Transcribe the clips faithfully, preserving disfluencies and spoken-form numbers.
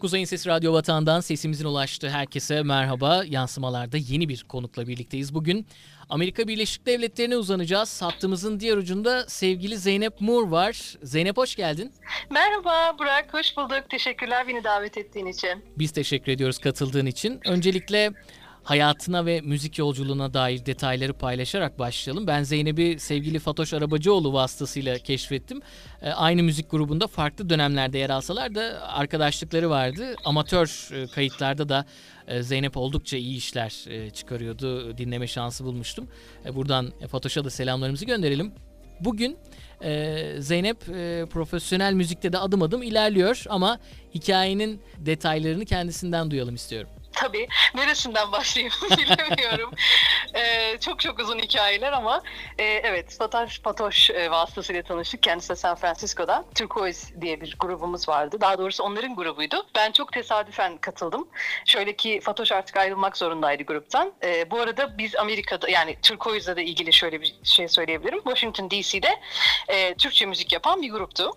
Kuzey'in Sesi Radyo Vatan'dan sesimizin ulaştığı herkese merhaba. Yansımalarda yeni bir konukla birlikteyiz. Bugün Amerika Birleşik Devletleri'ne uzanacağız. Hattımızın diğer ucunda sevgili Zeynep Moore var. Zeynep, hoş geldin. Merhaba Burak, hoş bulduk. Teşekkürler beni davet ettiğin için. Biz teşekkür ediyoruz katıldığın için. Öncelikle hayatına ve müzik yolculuğuna dair detayları paylaşarak başlayalım. Ben Zeynep'i sevgili Fatoş Arabacıoğlu vasıtasıyla keşfettim. E, aynı müzik grubunda farklı dönemlerde yer alsalar da arkadaşlıkları vardı. Amatör e, kayıtlarda da e, Zeynep oldukça iyi işler e, çıkarıyordu. Dinleme şansı bulmuştum. E, buradan e, Fatoş'a da selamlarımızı gönderelim. Bugün e, Zeynep e, profesyonel müzikte de adım adım ilerliyor ama hikayenin detaylarını kendisinden duyalım istiyorum. Tabii. Neresinden başlayayım bilemiyorum. ee, çok çok uzun hikayeler ama e, evet Fatoş, Fatoş e, vasıtasıyla tanıştık. Kendisi de San Francisco'da. Turquoise diye bir grubumuz vardı. Daha doğrusu onların grubuydu. Ben çok tesadüfen katıldım. Şöyle ki Fatoş artık ayrılmak zorundaydı gruptan. E, bu arada biz Amerika'da, yani Turquoise'la da ilgili şöyle bir şey söyleyebilirim. Washington D C'de e, Türkçe müzik yapan bir gruptu.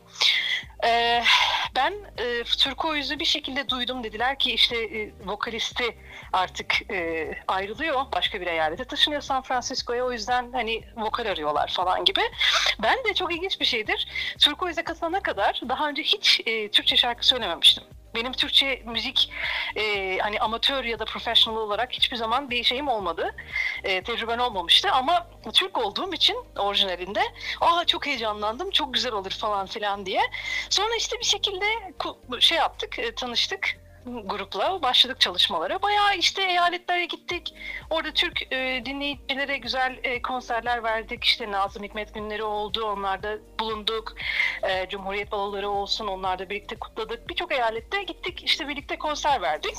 E, ben e, Turquoise'u bir şekilde duydum. Dediler ki işte e, vokalist artık e, ayrılıyor. Başka bir eyalete taşınıyor San Francisco'ya. O yüzden hani vokal arıyorlar falan gibi. Ben de çok ilginç bir şeydir. Turquoise'e katılana kadar daha önce hiç e, Türkçe şarkı söylememiştim. Benim Türkçe müzik e, hani amatör ya da professional olarak hiçbir zaman bir şeyim olmadı. E, tecrüben olmamıştı ama Türk olduğum için orijinalinde aa çok heyecanlandım, çok güzel olur falan filan diye. Sonra işte bir şekilde şey yaptık, e, tanıştık. Grupla başladık çalışmalara. Bayağı işte eyaletlere gittik. Orada Türk e, dinleyicilere güzel e, konserler verdik. İşte Nazım Hikmet günleri oldu. Onlarda bulunduk. E, Cumhuriyet baloları olsun. Onlarda birlikte kutladık. Birçok eyalette gittik. İşte birlikte konser verdik.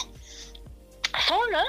Sonra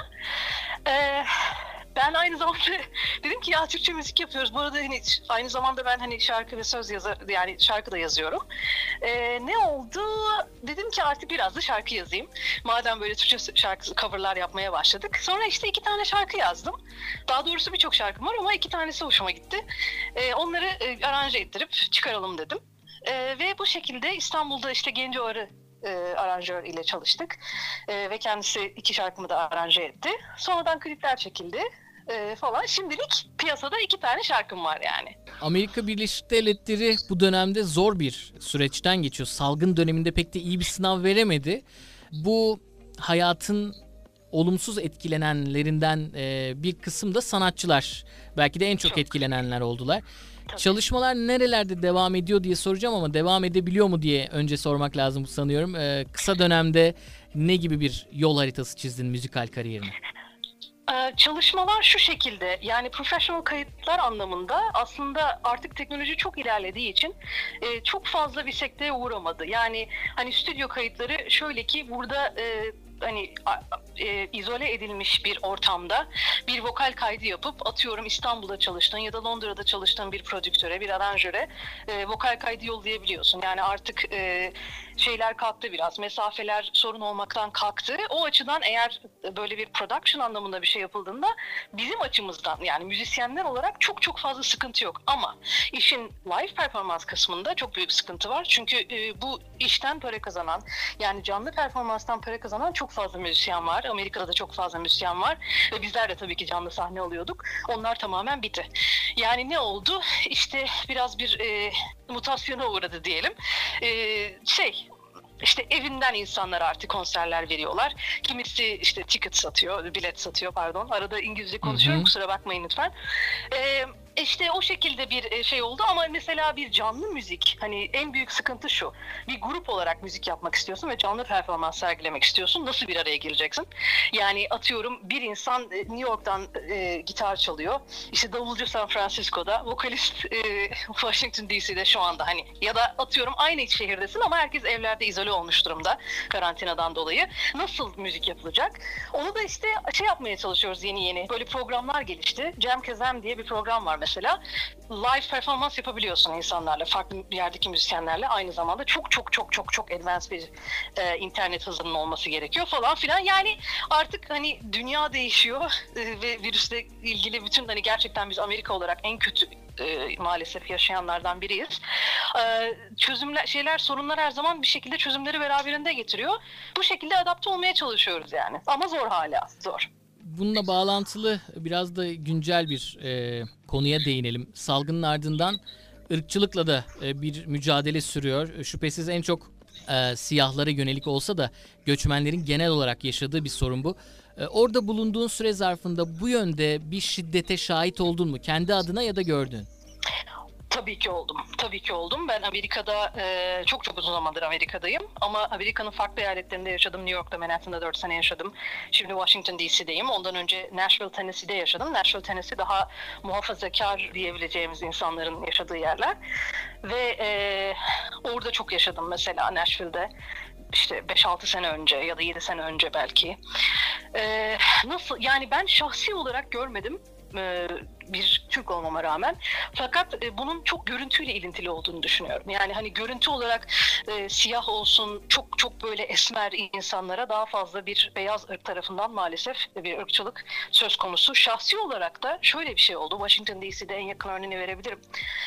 e, ben aynı zamanda dedim ki ya Türkçe müzik yapıyoruz. Bu arada hani aynı zamanda ben hani şarkı ve söz yazar, yani şarkı da yazıyorum. Ee, ne oldu? Dedim ki artık biraz da şarkı yazayım. Madem böyle Türkçe şarkı coverlar yapmaya başladık. Sonra işte iki tane şarkı yazdım. Daha doğrusu birçok şarkım var ama iki tanesi hoşuma gitti. Ee, onları e, aranje ettirip çıkaralım dedim. Ee, ve bu şekilde İstanbul'da işte Genco Arı E, aranjör ile çalıştık e, ve kendisi iki şarkımı da aranje etti. Sonradan klipler çekildi e, falan. Şimdilik piyasada iki tane şarkım var yani. Amerika Birleşik Devletleri bu dönemde zor bir süreçten geçiyor. Salgın döneminde pek de iyi bir sınav veremedi. Bu hayatın olumsuz etkilenenlerinden e, bir kısım da sanatçılar. Belki de en çok, çok. etkilenenler oldular. Tabii. Çalışmalar nerelerde devam ediyor diye soracağım ama devam edebiliyor mu diye önce sormak lazım sanıyorum. Ee, kısa dönemde ne gibi bir yol haritası çizdin müzikal kariyerine? Ee, çalışmalar şu şekilde, yani professional kayıtlar anlamında aslında artık teknoloji çok ilerlediği için e, çok fazla bir sekteye uğramadı. Yani hani stüdyo kayıtları şöyle ki burada e, hani e, izole edilmiş bir ortamda bir vokal kaydı yapıp atıyorum İstanbul'da çalıştığın ya da Londra'da çalıştığın bir prodüktöre, bir aranjöre e, vokal kaydı yollayabiliyorsun. Yani artık e, şeyler kalktı biraz, mesafeler sorun olmaktan kalktı. O açıdan eğer böyle bir production anlamında bir şey yapıldığında bizim açımızdan, yani müzisyenler olarak çok çok fazla sıkıntı yok. Ama işin live performans kısmında çok büyük sıkıntı var. Çünkü e, bu işten para kazanan, yani canlı performanstan para kazanan çok fazla müzisyen var. Amerika'da da çok fazla müzisyen var. Ve bizler de tabii ki canlı sahne alıyorduk. Onlar tamamen bitti. Yani ne oldu? İşte biraz bir e, mutasyona uğradı diyelim. E, şey... İşte evinden insanlar artık konserler veriyorlar. Kimisi işte ticket satıyor, bilet satıyor pardon. Arada İngilizce konuşuyorum, hı hı. Kusura bakmayın lütfen. Ee, işte o şekilde bir şey oldu ama mesela bir canlı müzik, hani en büyük sıkıntı şu. Bir grup olarak müzik yapmak istiyorsun ve canlı performans sergilemek istiyorsun. Nasıl bir araya geleceksin? Yani atıyorum bir insan New York'tan e, gitar çalıyor. İşte davulcu San Francisco'da, vokalist e, Washington D C'de şu anda hani, ya da atıyorum aynı şehirdesin ama herkes evlerde izole olmuş durumda karantinadan dolayı. Nasıl müzik yapılacak? Onu da işte şey yapmaya çalışıyoruz yeni yeni. Böyle programlar gelişti. Jam Kazam diye bir program var mesela. mesela. Live performans yapabiliyorsun insanlarla, farklı yerdeki müzisyenlerle. Aynı zamanda çok çok çok çok çok advanced bir e, internet hızının olması gerekiyor falan filan. Yani artık hani dünya değişiyor e, ve virüsle ilgili bütün, hani gerçekten biz Amerika olarak en kötü e, maalesef yaşayanlardan biriyiz. E, çözümler, şeyler, sorunlar her zaman bir şekilde çözümleri beraberinde getiriyor. Bu şekilde adapte olmaya çalışıyoruz yani. Ama zor hala, zor. Bununla bağlantılı biraz da güncel bir e, konuya değinelim. Salgının ardından ırkçılıkla da e, bir mücadele sürüyor. Şüphesiz en çok e, siyahlara yönelik olsa da göçmenlerin genel olarak yaşadığı bir sorun bu. E, orada bulunduğun süre zarfında bu yönde bir şiddete şahit oldun mu? Kendi adına ya da gördün? Tabii ki oldum. Tabii ki oldum. Ben Amerika'da e, çok çok uzun zamandır Amerika'dayım. Ama Amerika'nın farklı eyaletlerinde yaşadım. New York'ta, Manhattan'da dört sene yaşadım. Şimdi Washington D C'deyim. Ondan önce Nashville, Tennessee'de yaşadım. Nashville, Tennessee daha muhafazakar diyebileceğimiz insanların yaşadığı yerler. Ve e, orada çok yaşadım mesela Nashville'de. İşte beş altı sene önce ya da yedi sene önce belki. E, nasıl? Yani ben şahsi olarak görmedim. Bir Türk olmama rağmen, fakat bunun çok görüntüyle ilintili olduğunu düşünüyorum. Yani hani görüntü olarak e, siyah olsun, çok çok böyle esmer insanlara daha fazla bir beyaz ırk tarafından maalesef bir ırkçılık söz konusu. Şahsi olarak da şöyle bir şey oldu. Washington D C'de en yakın örneğini verebilirim.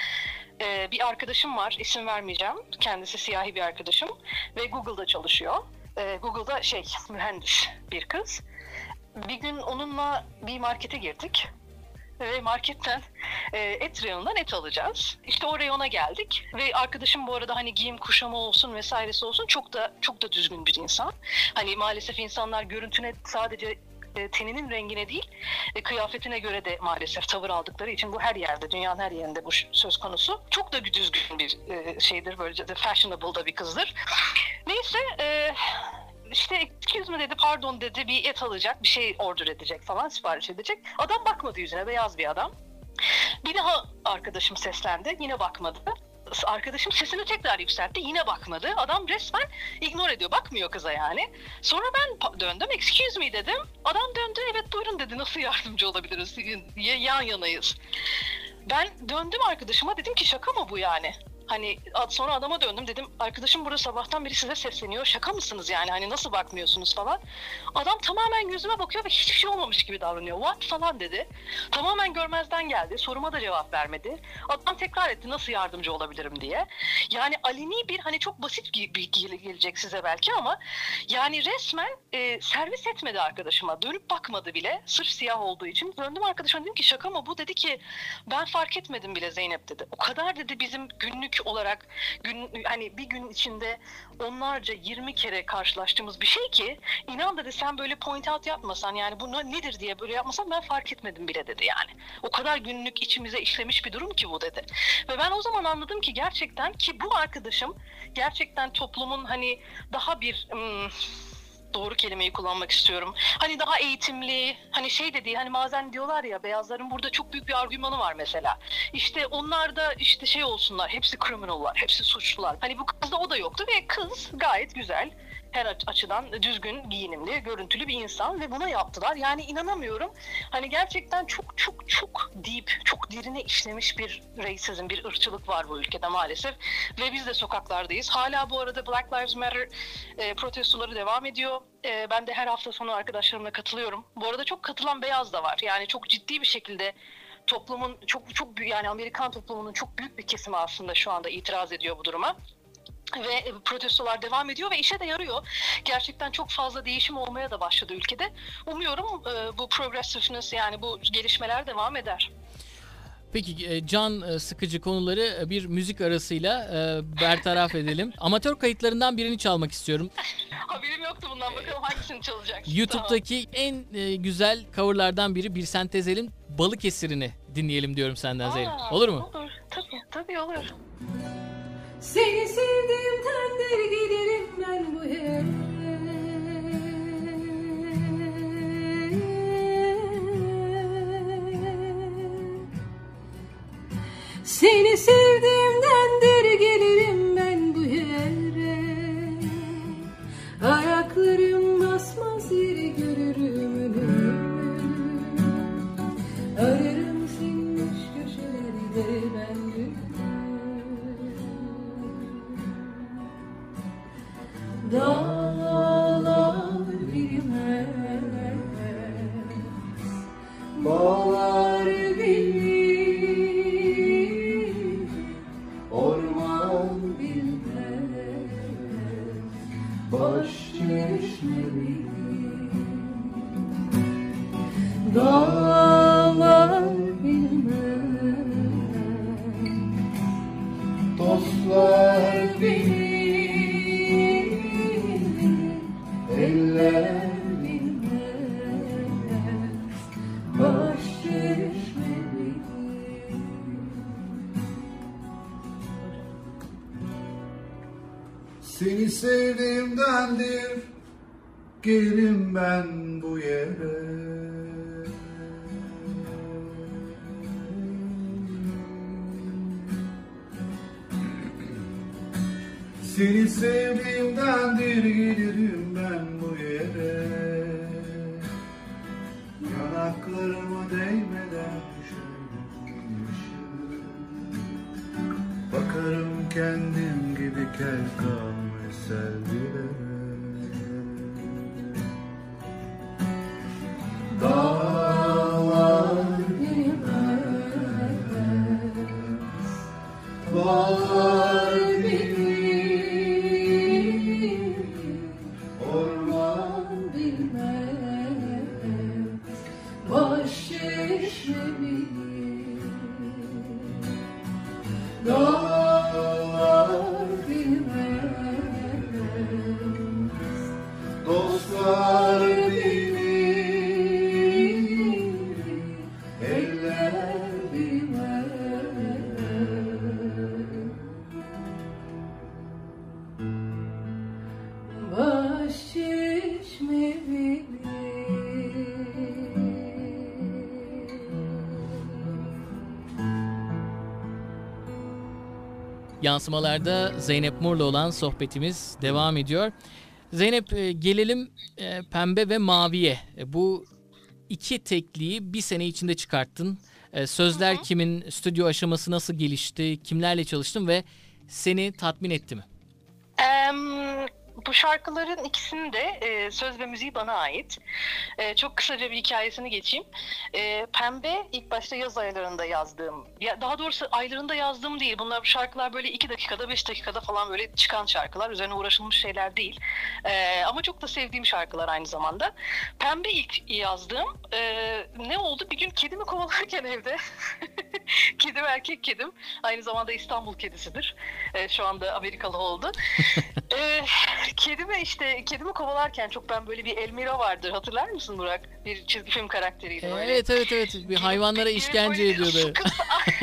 E, bir arkadaşım var, isim vermeyeceğim. Kendisi siyahi bir arkadaşım ve Google'da çalışıyor. E, Google'da şey, mühendis bir kız. Bir gün onunla bir markete girdik. Ve marketten e, et reyonundan et alacağız. İşte o reyona geldik ve arkadaşım bu arada hani giyim kuşamı olsun vesairesi olsun çok da çok da düzgün bir insan. Hani maalesef insanlar görüntüne sadece e, teninin rengine değil, e, kıyafetine göre de maalesef tavır aldıkları için bu her yerde, dünyanın her yerinde bu söz konusu. Çok da düzgün bir e, şeydir, böylece de fashionable da bir kızdır. Neyse, e, İşte excuse me dedi, pardon dedi, bir et alacak, bir şey order edecek falan, sipariş edecek. Adam bakmadı yüzüne, beyaz bir adam. Bir daha arkadaşım seslendi, yine bakmadı. Arkadaşım sesini tekrar yükseltti, yine bakmadı. Adam resmen ignore ediyor, bakmıyor kıza yani. Sonra ben döndüm, excuse me dedim. Adam döndü, evet buyurun dedi, nasıl yardımcı olabiliriz, yan yanayız. Ben döndüm arkadaşıma, dedim ki şaka mı bu yani? Hani sonra adama döndüm, dedim arkadaşım burada sabahtan beri size sesleniyor, şaka mısınız yani, hani nasıl bakmıyorsunuz falan. Adam tamamen gözüme bakıyor ve hiçbir şey olmamış gibi davranıyor. What falan dedi. Tamamen görmezden geldi, soruma da cevap vermedi. Adam tekrar etti nasıl yardımcı olabilirim diye. Yani aleni bir, hani çok basit bir gelecek size belki ama yani resmen e, servis etmedi arkadaşıma, dönüp bakmadı bile sırf siyah olduğu için. Döndüm arkadaşıma, dedim ki şaka mı bu? Dedi ki ben fark etmedim bile Zeynep dedi. O kadar dedi bizim günlük olarak gün, hani bir gün içinde onlarca yirmi kere karşılaştığımız bir şey ki inan dedi sen böyle point out yapmasan, yani bu nedir diye böyle yapmasan ben fark etmedim bile dedi yani. O kadar günlük içimize işlemiş bir durum ki bu dedi. Ve ben o zaman anladım ki gerçekten, ki bu arkadaşım gerçekten toplumun hani daha bir ım, doğru kelimeyi kullanmak istiyorum. Hani daha eğitimli, hani şey dediği, hani bazen diyorlar ya beyazların burada çok büyük bir argümanı var mesela. İşte onlar da işte şey olsunlar, hepsi criminal'lar, hepsi suçlular. Hani bu kızda o da yoktu ve kız gayet güzel, her açıdan düzgün giyinimli, görüntülü bir insan ve buna yaptılar. Yani inanamıyorum. Hani gerçekten çok çok çok deep, çok derine işlemiş bir racism, bir ırkçılık var bu ülkede maalesef. Ve biz de sokaklardayız. Hala bu arada Black Lives Matter e, protestoları devam ediyor. E, ben de her hafta sonu arkadaşlarımla katılıyorum. Bu arada çok katılan beyaz da var. Yani çok ciddi bir şekilde toplumun çok çok yani Amerikan toplumunun çok büyük bir kesimi aslında şu anda itiraz ediyor bu duruma. Ve protestolar devam ediyor ve işe de yarıyor. Gerçekten çok fazla değişim olmaya da başladı ülkede. Umuyorum e, bu progressiveness, yani bu gelişmeler devam eder. Peki can sıkıcı konuları bir müzik arasıyla bertaraf edelim. Amatör kayıtlarından birini çalmak istiyorum. Haberim yoktu bundan, bakalım hangisini çalacak. YouTube'daki tamam. En güzel coverlardan biri Bir Sen Tezel'in Balıkesir'ini dinleyelim diyorum senden Zeynep. Olur mu? Olur, tabii, tabii olur. Seni sevdiğimden beri gelirim ben bu yere. Seni sevdiğimdendir gelirim ben bu yere. Ayaklarım basmaz yeri görürüm önümü. Ararım sinmiş köşeleri. Dağlar bilmez, bağlar bilir, orman bilmez, baş çeşme bilir. Dağlar bilmez, dostlar bilir, eller bilmez, baş çeşme bilir. Seni sevdiğimdendir gelirim ben bu yere. Seni sevdiğimdendir gelirim ben bu yere. Yanaklarıma değmeden şöyle bakarım kendim gibi kel kalmış selvilere. Dağlar bilmez, bağlar bilir, orman Bilmez, baş çeşme bilir. Dağlar bilmez, dostlar bilir, eller bilmez, baş çeşme bilir. Yansımalarda Zeynep Mur'la olan sohbetimiz devam ediyor. Zeynep, e, gelelim e, Pembe ve Mavi'ye. E, bu iki tekliği bir sene içinde çıkarttın. E, sözler Hı hı. kimin, stüdyo aşaması nasıl gelişti, kimlerle çalıştın ve seni tatmin etti mi? Em, Bu şarkıların ikisinin de e, söz ve müziği bana ait. E, çok kısaca bir hikayesini geçeyim. E, Pembe ilk başta yaz aylarında yazdığım, ya daha doğrusu aylarında yazdığım değil. Bunlar bu şarkılar böyle iki dakikada, beş dakikada falan böyle çıkan şarkılar. Üzerine uğraşılmış şeyler değil. E, ama çok da sevdiğim şarkılar aynı zamanda. Pembe ilk yazdığım, e, ne oldu? Bir gün kedimi kovalarken evde, kedim erkek kedim, aynı zamanda İstanbul kedisidir. E, şu anda Amerikalı oldu. e, Kedime işte kedimi kovalarken çok ben böyle bir Elmira vardır, hatırlar mısın Burak? Bir çizgi film karakteriydi böyle. Evet evet evet, bir hayvanlara Gelip işkence böyle ediyordu. sıkı-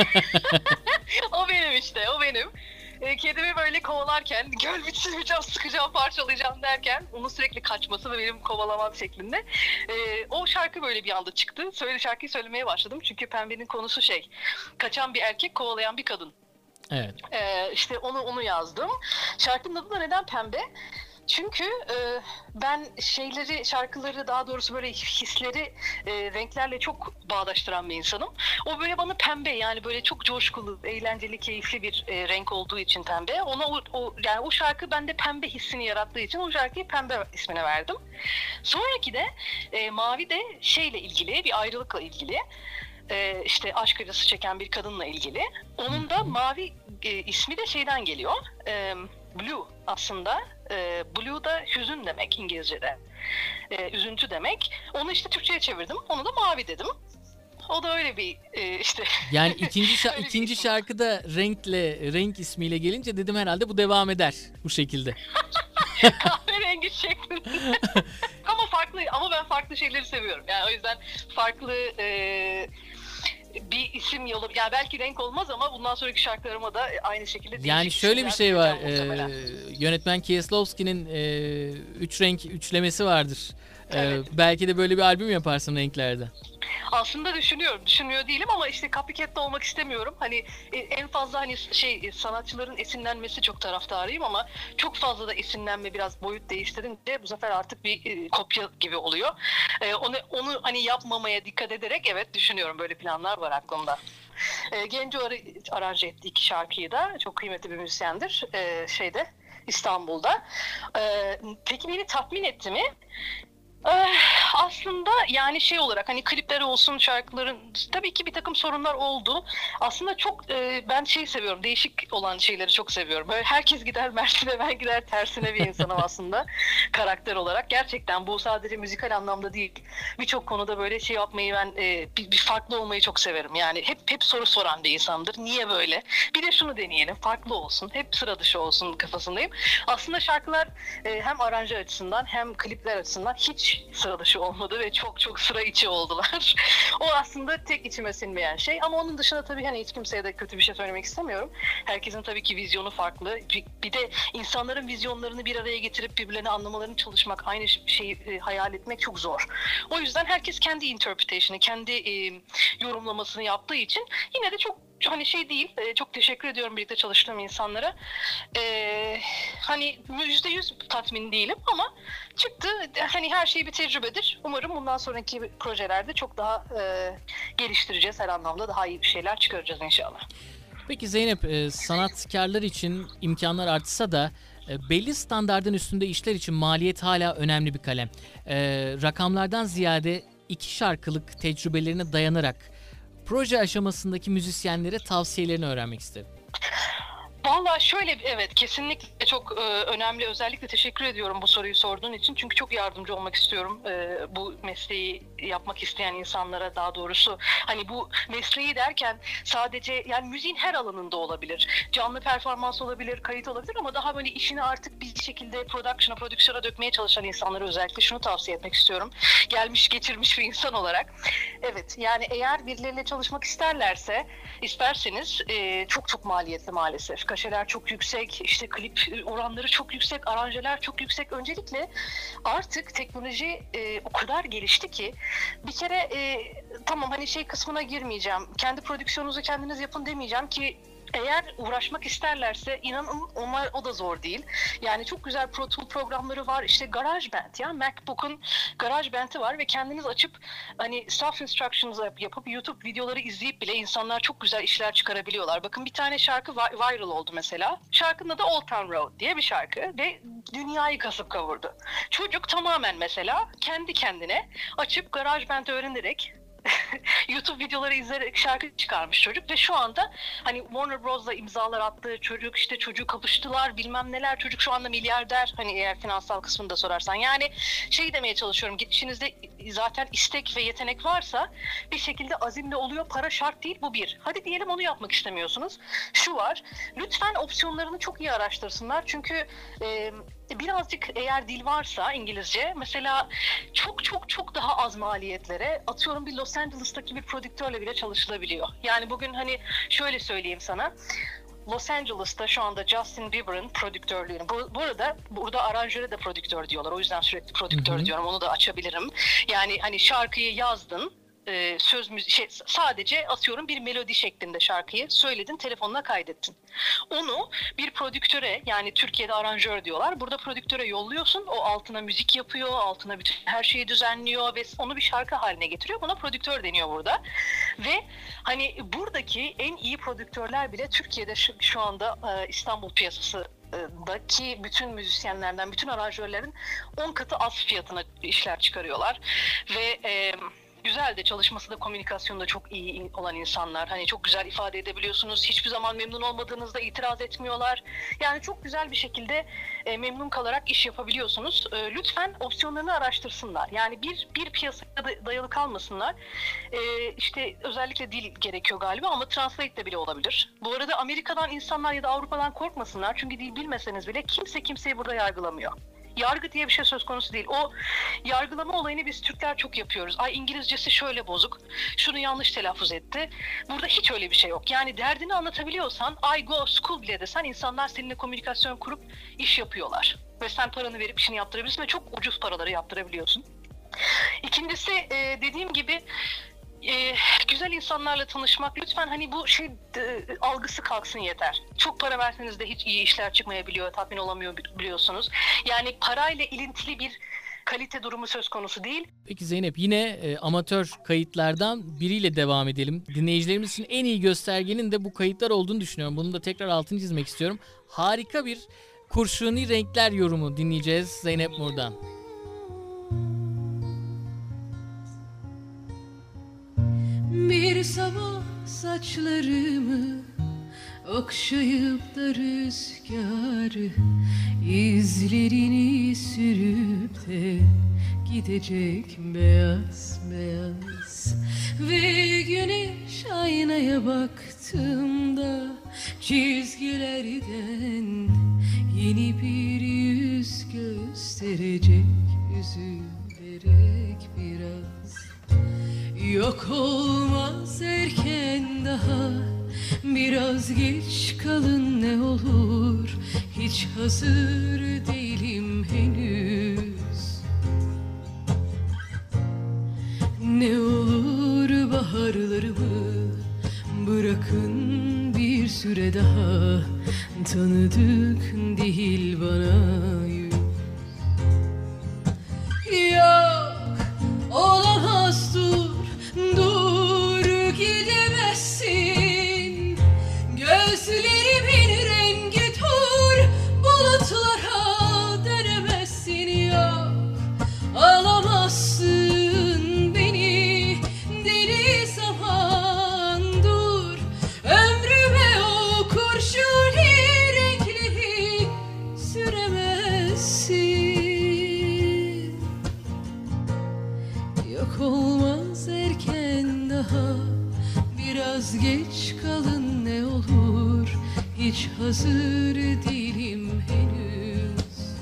O benim işte, o benim. E, kedimi böyle kovalarken, göl bitireceğim, sıkacağım, parçalayacağım derken onun sürekli kaçması ve benim kovalamam şeklinde. E, o şarkı böyle bir anda çıktı. Söyle şarkıyı söylemeye başladım. Çünkü Pembe'nin konusu şey, kaçan bir erkek, kovalayan bir kadın. Evet. Ee, işte onu onu yazdım. Şarkının adı da neden Pembe? Çünkü e, ben şeyleri, şarkıları, daha doğrusu böyle hisleri e, renklerle çok bağdaştıran bir insanım. O böyle bana pembe, yani böyle çok coşkulu, eğlenceli, keyifli bir e, renk olduğu için pembe. Ona o, o yani o şarkı bende pembe hissini yarattığı için o şarkıyı Pembe ismine verdim. Sonraki de e, Mavi de şeyle ilgili, bir ayrılıkla ilgili. Ee, işte aşk acısı çeken bir kadınla ilgili. Onun da Mavi e, ismi de şeyden geliyor. E, Blue aslında. E, Blue da hüzün demek İngilizce'de. E, üzüntü demek. Onu işte Türkçe'ye çevirdim. Onu da Mavi dedim. O da öyle bir e, işte. Yani ikinci şa- Öyle bir ikinci isim. şarkıda renkle, renk ismiyle gelince dedim herhalde bu devam eder bu şekilde. Kahverengi şeklinde. Ama farklı, ama ben farklı şeyleri seviyorum. Yani o yüzden farklı e, bir isim yolu. Yani belki renk olmaz ama bundan sonraki şarkılarıma da aynı şekilde değişik Yani şöyle bir isimler şey var. vereceğim muhtemelen. Ee, yönetmen Kieslowski'nin e, üç renk üçlemesi vardır. Ee, Evet. belki de böyle bir albüm yaparsın renklerde. Aslında düşünüyorum, düşünmüyor değilim ama işte copycat'te olmak istemiyorum. Hani e, en fazla hani şey e, sanatçıların esinlenmesi çok taraftarıyım ama çok fazla da esinlenme, biraz boyut değiştirince bu sefer artık bir e, kopya gibi oluyor. E, onu onu hani yapmamaya dikkat ederek evet düşünüyorum, böyle planlar var aklımda. E, Genco ar- aranje etti iki şarkıyı da, çok kıymetli bir müzisyendir. E, şeyde İstanbul'da. Ee, peki beni tatmin etti mi? Ee, aslında yani şey olarak hani klipleri olsun, şarkıların tabii ki bir takım sorunlar oldu. Aslında çok e, ben şey seviyorum, değişik olan şeyleri çok seviyorum. Böyle herkes gider Mersin'e, ben gider tersine bir insanım aslında karakter olarak. Gerçekten bu sadece müzikal anlamda değil. Birçok konuda böyle şey yapmayı ben e, bir, bir farklı olmayı çok severim. Yani hep hep soru soran bir insandır. Niye böyle? Bir de şunu deneyelim, farklı olsun, hep sıra dışı olsun kafasındayım. Aslında şarkılar e, hem aranje açısından hem klipler açısından hiç sıra dışı olmadı ve çok çok sıra içi oldular. O aslında tek içime sinmeyen şey. Ama onun dışında tabii hani hiç kimseye de kötü bir şey söylemek istemiyorum. Herkesin tabii ki vizyonu farklı. Bir, bir de insanların vizyonlarını bir araya getirip birbirlerini anlamalarını çalışmak, aynı şeyi e, hayal etmek çok zor. O yüzden herkes kendi interpretation'ı, kendi e, yorumlamasını yaptığı için yine de çok hani şey değil, çok teşekkür ediyorum birlikte çalıştığım insanlara. Ee, hani yüzde yüz tatmin değilim ama çıktı. Hani her şey bir tecrübedir. Umarım bundan sonraki projelerde çok daha e, geliştireceğiz her anlamda. Daha iyi bir şeyler çıkaracağız inşallah. Peki Zeynep, e, sanatkarlar için imkanlar artsa da e, belli standardın üstünde işler için maliyet hala önemli bir kalem. E, rakamlardan ziyade iki şarkılık tecrübelerine dayanarak proje aşamasındaki müzisyenlere tavsiyelerini öğrenmek isterim. Vallahi şöyle, evet, kesinlikle çok e, önemli. Özellikle teşekkür ediyorum bu soruyu sorduğun için. Çünkü çok yardımcı olmak istiyorum e, bu mesleği yapmak isteyen insanlara, daha doğrusu. Hani bu mesleği derken sadece yani müziğin her alanında olabilir. Canlı performans olabilir, kayıt olabilir ama daha böyle işini artık bir şekilde production'a, prodüksiyona dökmeye çalışan insanlara özellikle şunu tavsiye etmek istiyorum. Gelmiş geçirmiş bir insan olarak. Evet, yani eğer birileriyle çalışmak isterlerse, isterseniz e, çok çok maliyetli maalesef. Kaşeler çok yüksek, işte klip oranları çok yüksek, aranjeler çok yüksek. Öncelikle artık teknoloji e, o kadar gelişti ki bir kere e, tamam hani şey kısmına girmeyeceğim. Kendi prodüksiyonunuzu kendiniz yapın demeyeceğim ki eğer uğraşmak isterlerse inanın onlar, o da zor değil. Yani çok güzel Pro Tool programları var. İşte GarageBand ya, MacBook'un GarageBand'i var ve kendiniz açıp hani self instructions yapıp YouTube videoları izleyip bile insanlar çok güzel işler çıkarabiliyorlar. Bakın bir tane şarkı viral oldu mesela. Şarkının adı Old Town Road diye bir şarkı ve dünyayı kasıp kavurdu. Çocuk tamamen mesela kendi kendine açıp GarageBand öğrenerek YouTube videoları izleyerek şarkı çıkarmış çocuk ve şu anda hani Warner Bros'la imzalar attığı çocuk, işte çocuğu kapıştılar bilmem neler, çocuk şu anda milyarder, hani eğer finansal kısmını da sorarsan. Yani şey demeye çalışıyorum, gidişinizde zaten istek ve yetenek varsa bir şekilde azimle oluyor, para şart değil, bu bir. Hadi diyelim onu yapmak istemiyorsunuz. Şu var, lütfen opsiyonlarını çok iyi araştırsınlar çünkü e, birazcık eğer dil varsa İngilizce mesela çok çok çok daha az maliyetlere, atıyorum bir Los Angeles'taki bir prodüktörle bile çalışılabiliyor. Yani bugün hani şöyle söyleyeyim sana, Los Angeles'ta şu anda Justin Bieber'ın prodüktörlüğünü, bu, bu arada burada aranjöre de prodüktör diyorlar, o yüzden sürekli prodüktör hı hı. diyorum, onu da açabilirim. Yani hani şarkıyı yazdın, Ee, söz müzik şey, sadece atıyorum bir melodi şeklinde şarkıyı söyledin, telefonuna kaydettin. Onu bir prodüktöre, yani Türkiye'de aranjör diyorlar, burada prodüktöre yolluyorsun, o altına müzik yapıyor, altına bütün her şeyi düzenliyor ve onu bir şarkı haline getiriyor. Buna prodüktör deniyor burada. Ve hani buradaki en iyi prodüktörler bile Türkiye'de şu, şu anda e, İstanbul piyasası daki bütün müzisyenlerden, bütün aranjörlerin on katı az fiyatına işler çıkarıyorlar. Ve e, güzel de, çalışması da, komünikasyonu da çok iyi olan insanlar. Hani çok güzel ifade edebiliyorsunuz. Hiçbir zaman memnun olmadığınızda itiraz etmiyorlar. Yani çok güzel bir şekilde e, memnun kalarak iş yapabiliyorsunuz. E, lütfen opsiyonlarını araştırsınlar. Yani bir bir piyasaya da dayalı kalmasınlar. E, işte özellikle dil gerekiyor galiba ama translate de bile olabilir. Bu arada Amerika'dan insanlar ya da Avrupa'dan korkmasınlar. Çünkü dil bilmeseniz bile kimse kimseyi burada yargılamıyor. Yargı diye bir şey söz konusu değil. O yargılama olayını biz Türkler çok yapıyoruz. Ay İngilizcesi şöyle bozuk, şunu yanlış telaffuz etti. Burada hiç öyle bir şey yok. Yani derdini anlatabiliyorsan, I go school bile desen, insanlar seninle komünikasyon kurup iş yapıyorlar. Ve sen paranı verip işini yaptırabilirsin ve çok ucuz paraları yaptırabiliyorsun. İkincisi e, dediğim gibi Ee, güzel insanlarla tanışmak, lütfen hani bu şey e, algısı kalksın yeter. Çok para verseniz de hiç iyi işler çıkmayabiliyor, tatmin olamıyor biliyorsunuz. Yani parayla ilintili bir kalite durumu söz konusu değil. Peki Zeynep, yine e, amatör kayıtlardan biriyle devam edelim. Dinleyicilerimiz için en iyi göstergenin de bu kayıtlar olduğunu düşünüyorum. Bunun da tekrar altını çizmek istiyorum. Harika bir Kurşuni Renkler yorumu dinleyeceğiz Zeynep Mur'dan. Bir sabah saçlarımı okşayıp da rüzgarı izlerini sürüp de gidecek beyaz beyaz. Ve güneş aynaya baktığımda çizgilerden yeni bir yüz gösterecek, üzülerek biraz. Yok olmaz erken daha, biraz geç kalın ne olur, hiç hazır değilim henüz. Ne olur baharlarımı bırakın bir süre daha, tanıdık değil bana yüz. Yok olamaz, dur, dur gidemezsin. Gözlerimin rengi tur, bulutlara dönemezsin. Yok alamazsın beni, deli zaman dur. Ömrüme o kurşuni renkleri süremezsin. Yok olmaz erken daha, biraz geç kalın ne olur, hiç hazır değilim henüz.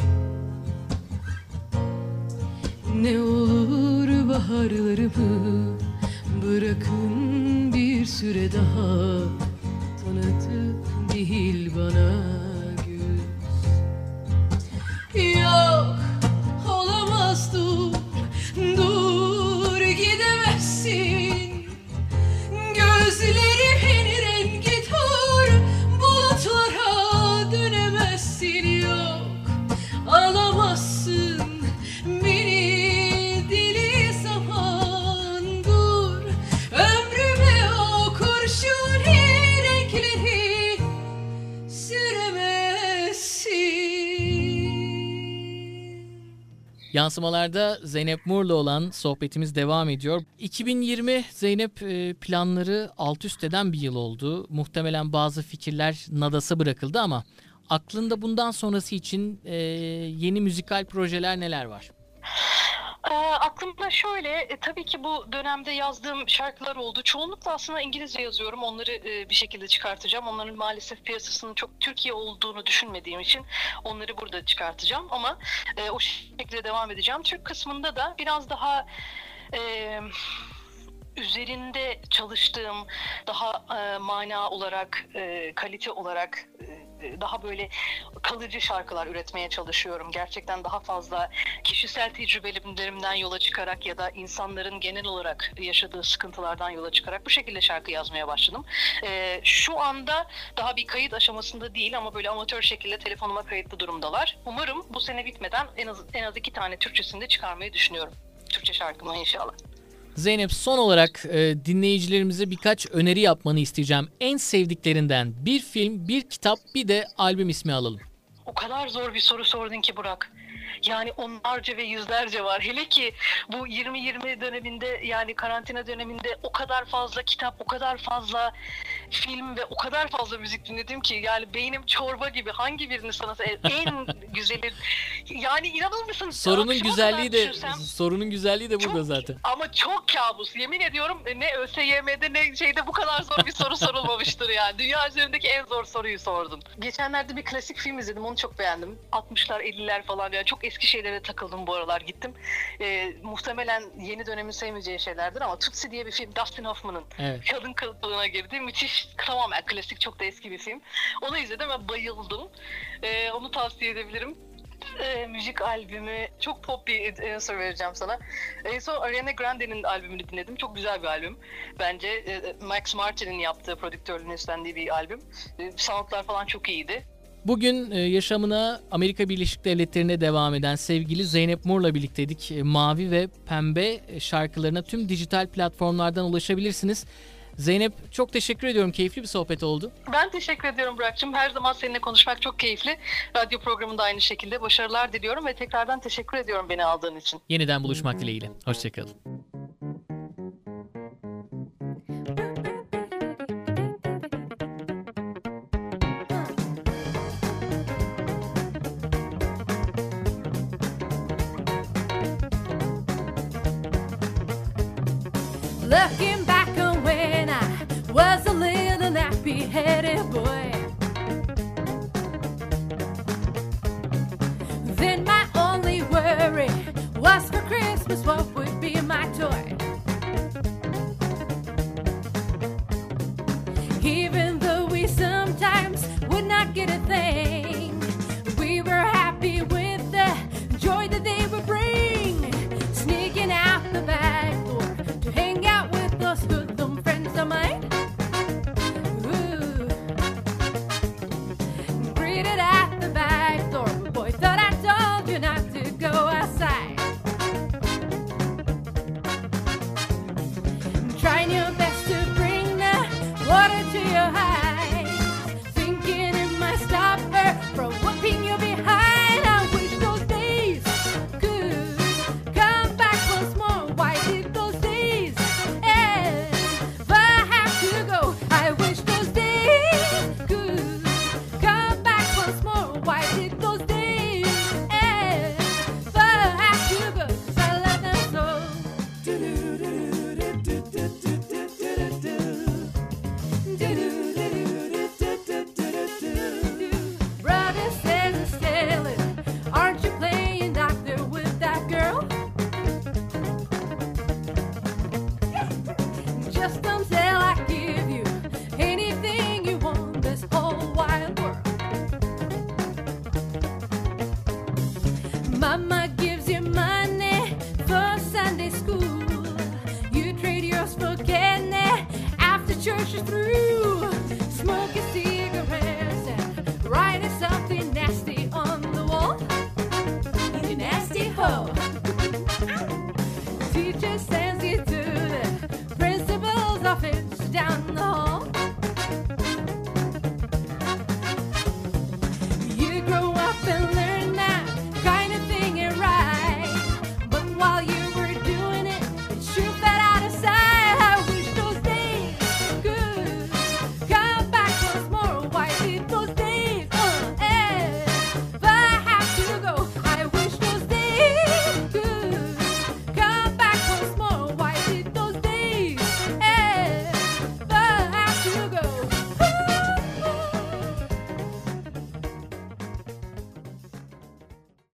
Ne olur baharlarımı bırakın bir süre daha, tanıdık değil bana güz. Yok olamaz, dur, dur gidemezsin. Gözlerimin rengi tur, bulutlara dönemezsin. Yok alamazsın beni, deli zaman dur. Ömrüme o kurşuni renkleri süremezsin. Yansımalarda Zeynep Mur'la olan sohbetimiz devam ediyor. iki bin yirmi Zeynep e, planları alt üst eden bir yıl oldu. Muhtemelen bazı fikirler nadasa bırakıldı ama aklında bundan sonrası için e, yeni müzikal projeler neler var? Ee, aklımda şöyle, e, tabii ki bu dönemde yazdığım şarkılar oldu. Çoğunlukla aslında İngilizce yazıyorum. Onları e, bir şekilde çıkartacağım. Onların maalesef piyasasının çok Türkiye olduğunu düşünmediğim için onları burada çıkartacağım. Ama e, o şekilde devam edeceğim. Türk kısmında da biraz daha E, üzerinde çalıştığım, daha e, mana olarak, e, kalite olarak e, daha böyle kalıcı şarkılar üretmeye çalışıyorum. Gerçekten daha fazla kişisel tecrübelerimden yola çıkarak ya da insanların genel olarak yaşadığı sıkıntılardan yola çıkarak bu şekilde şarkı yazmaya başladım. E, şu anda daha bir kayıt aşamasında değil ama böyle amatör şekilde telefonuma kayıtlı durumdalar. Umarım bu sene bitmeden en az en az iki tane Türkçesini de çıkarmayı düşünüyorum. Türkçe şarkımı inşallah. Zeynep, son olarak e, dinleyicilerimize birkaç öneri yapmanı isteyeceğim. En sevdiklerinden bir film, bir kitap, bir de albüm ismi alalım. O kadar zor bir soru sordun ki Burak. Yani onlarca ve yüzlerce var. Hele ki bu yirmi yirmi döneminde, yani karantina döneminde o kadar fazla kitap, o kadar fazla film ve o kadar fazla müzik dinledim ki yani beynim çorba gibi. Hangi birini sana en güzeli, yani inanır mısın? Sorunun Akşama güzelliği kadar de düşünsem, sorunun güzelliği de burada çok, zaten. ama çok kabus. Yemin ediyorum ne ÖSYM'de ne şeyde bu kadar zor bir soru sorulmamıştır yani. Dünya üzerindeki en zor soruyu sordun. Geçenlerde bir klasik film izledim. Onu çok beğendim. altmışlar elliler falan, yani çok eski şeylere takıldım bu aralar, gittim. Ee, muhtemelen yeni dönemin sevmeyeceği şeylerdir ama Tutsi diye bir film, Dustin Hoffman'ın Evet. kadın kılığına girdi. Müthiş, tamamen klasik, çok da eski bir film. Onu izledim ve bayıldım. Ee, onu tavsiye edebilirim. E, müzik albümü, çok pop bir answer vereceğim sana. En son Ariana Grande'nin albümünü dinledim. Çok güzel bir albüm. Bence e, Max Martin'in yaptığı, prodüktörlüğünü üstlendiği bir albüm. E, soundlar falan çok iyiydi. Bugün e, yaşamına Amerika Birleşik Devletleri'ne devam eden sevgili Zeynep Mur'la birlikteydik. E, Mavi ve Pembe şarkılarına tüm dijital platformlardan ulaşabilirsiniz. Zeynep, çok teşekkür ediyorum. Keyifli bir sohbet oldu. Ben teşekkür ediyorum Burak'cığım. Her zaman seninle konuşmak çok keyifli. Radyo programında aynı şekilde başarılar diliyorum ve tekrardan teşekkür ediyorum beni aldığın için. Yeniden buluşmak dileğiyle. Hoşçakalın. Looking back on when I was a little nappy-headed boy, then my only worry was for Christmas what would be my toy. Even though we sometimes would not get a thing, we were happy with the joy that they would bring, sneaking out the back door to hang out with those hoodlum friends of mine. Ooh. Greeted at the back door, boy, thought I told you not to go outside. Trying your best to bring the water to your eyes, thinking it might stop her from whooping you behind. I wish those days could come back once more. Why did those days ever have to go? I wish those days could come back once more. Why did those days ever have to go? 'Cause I love them so. Brother says it's stealing. Aren't you playing doctor with that girl? Just until I give you anything you want, this whole wide world. Mama gives you money for Sunday school. You trade yours for candy after church is through. Smoking cigarettes and writing something nasty on the wall. You nasty hoe. Teacher sends you to the principal's office down the hall.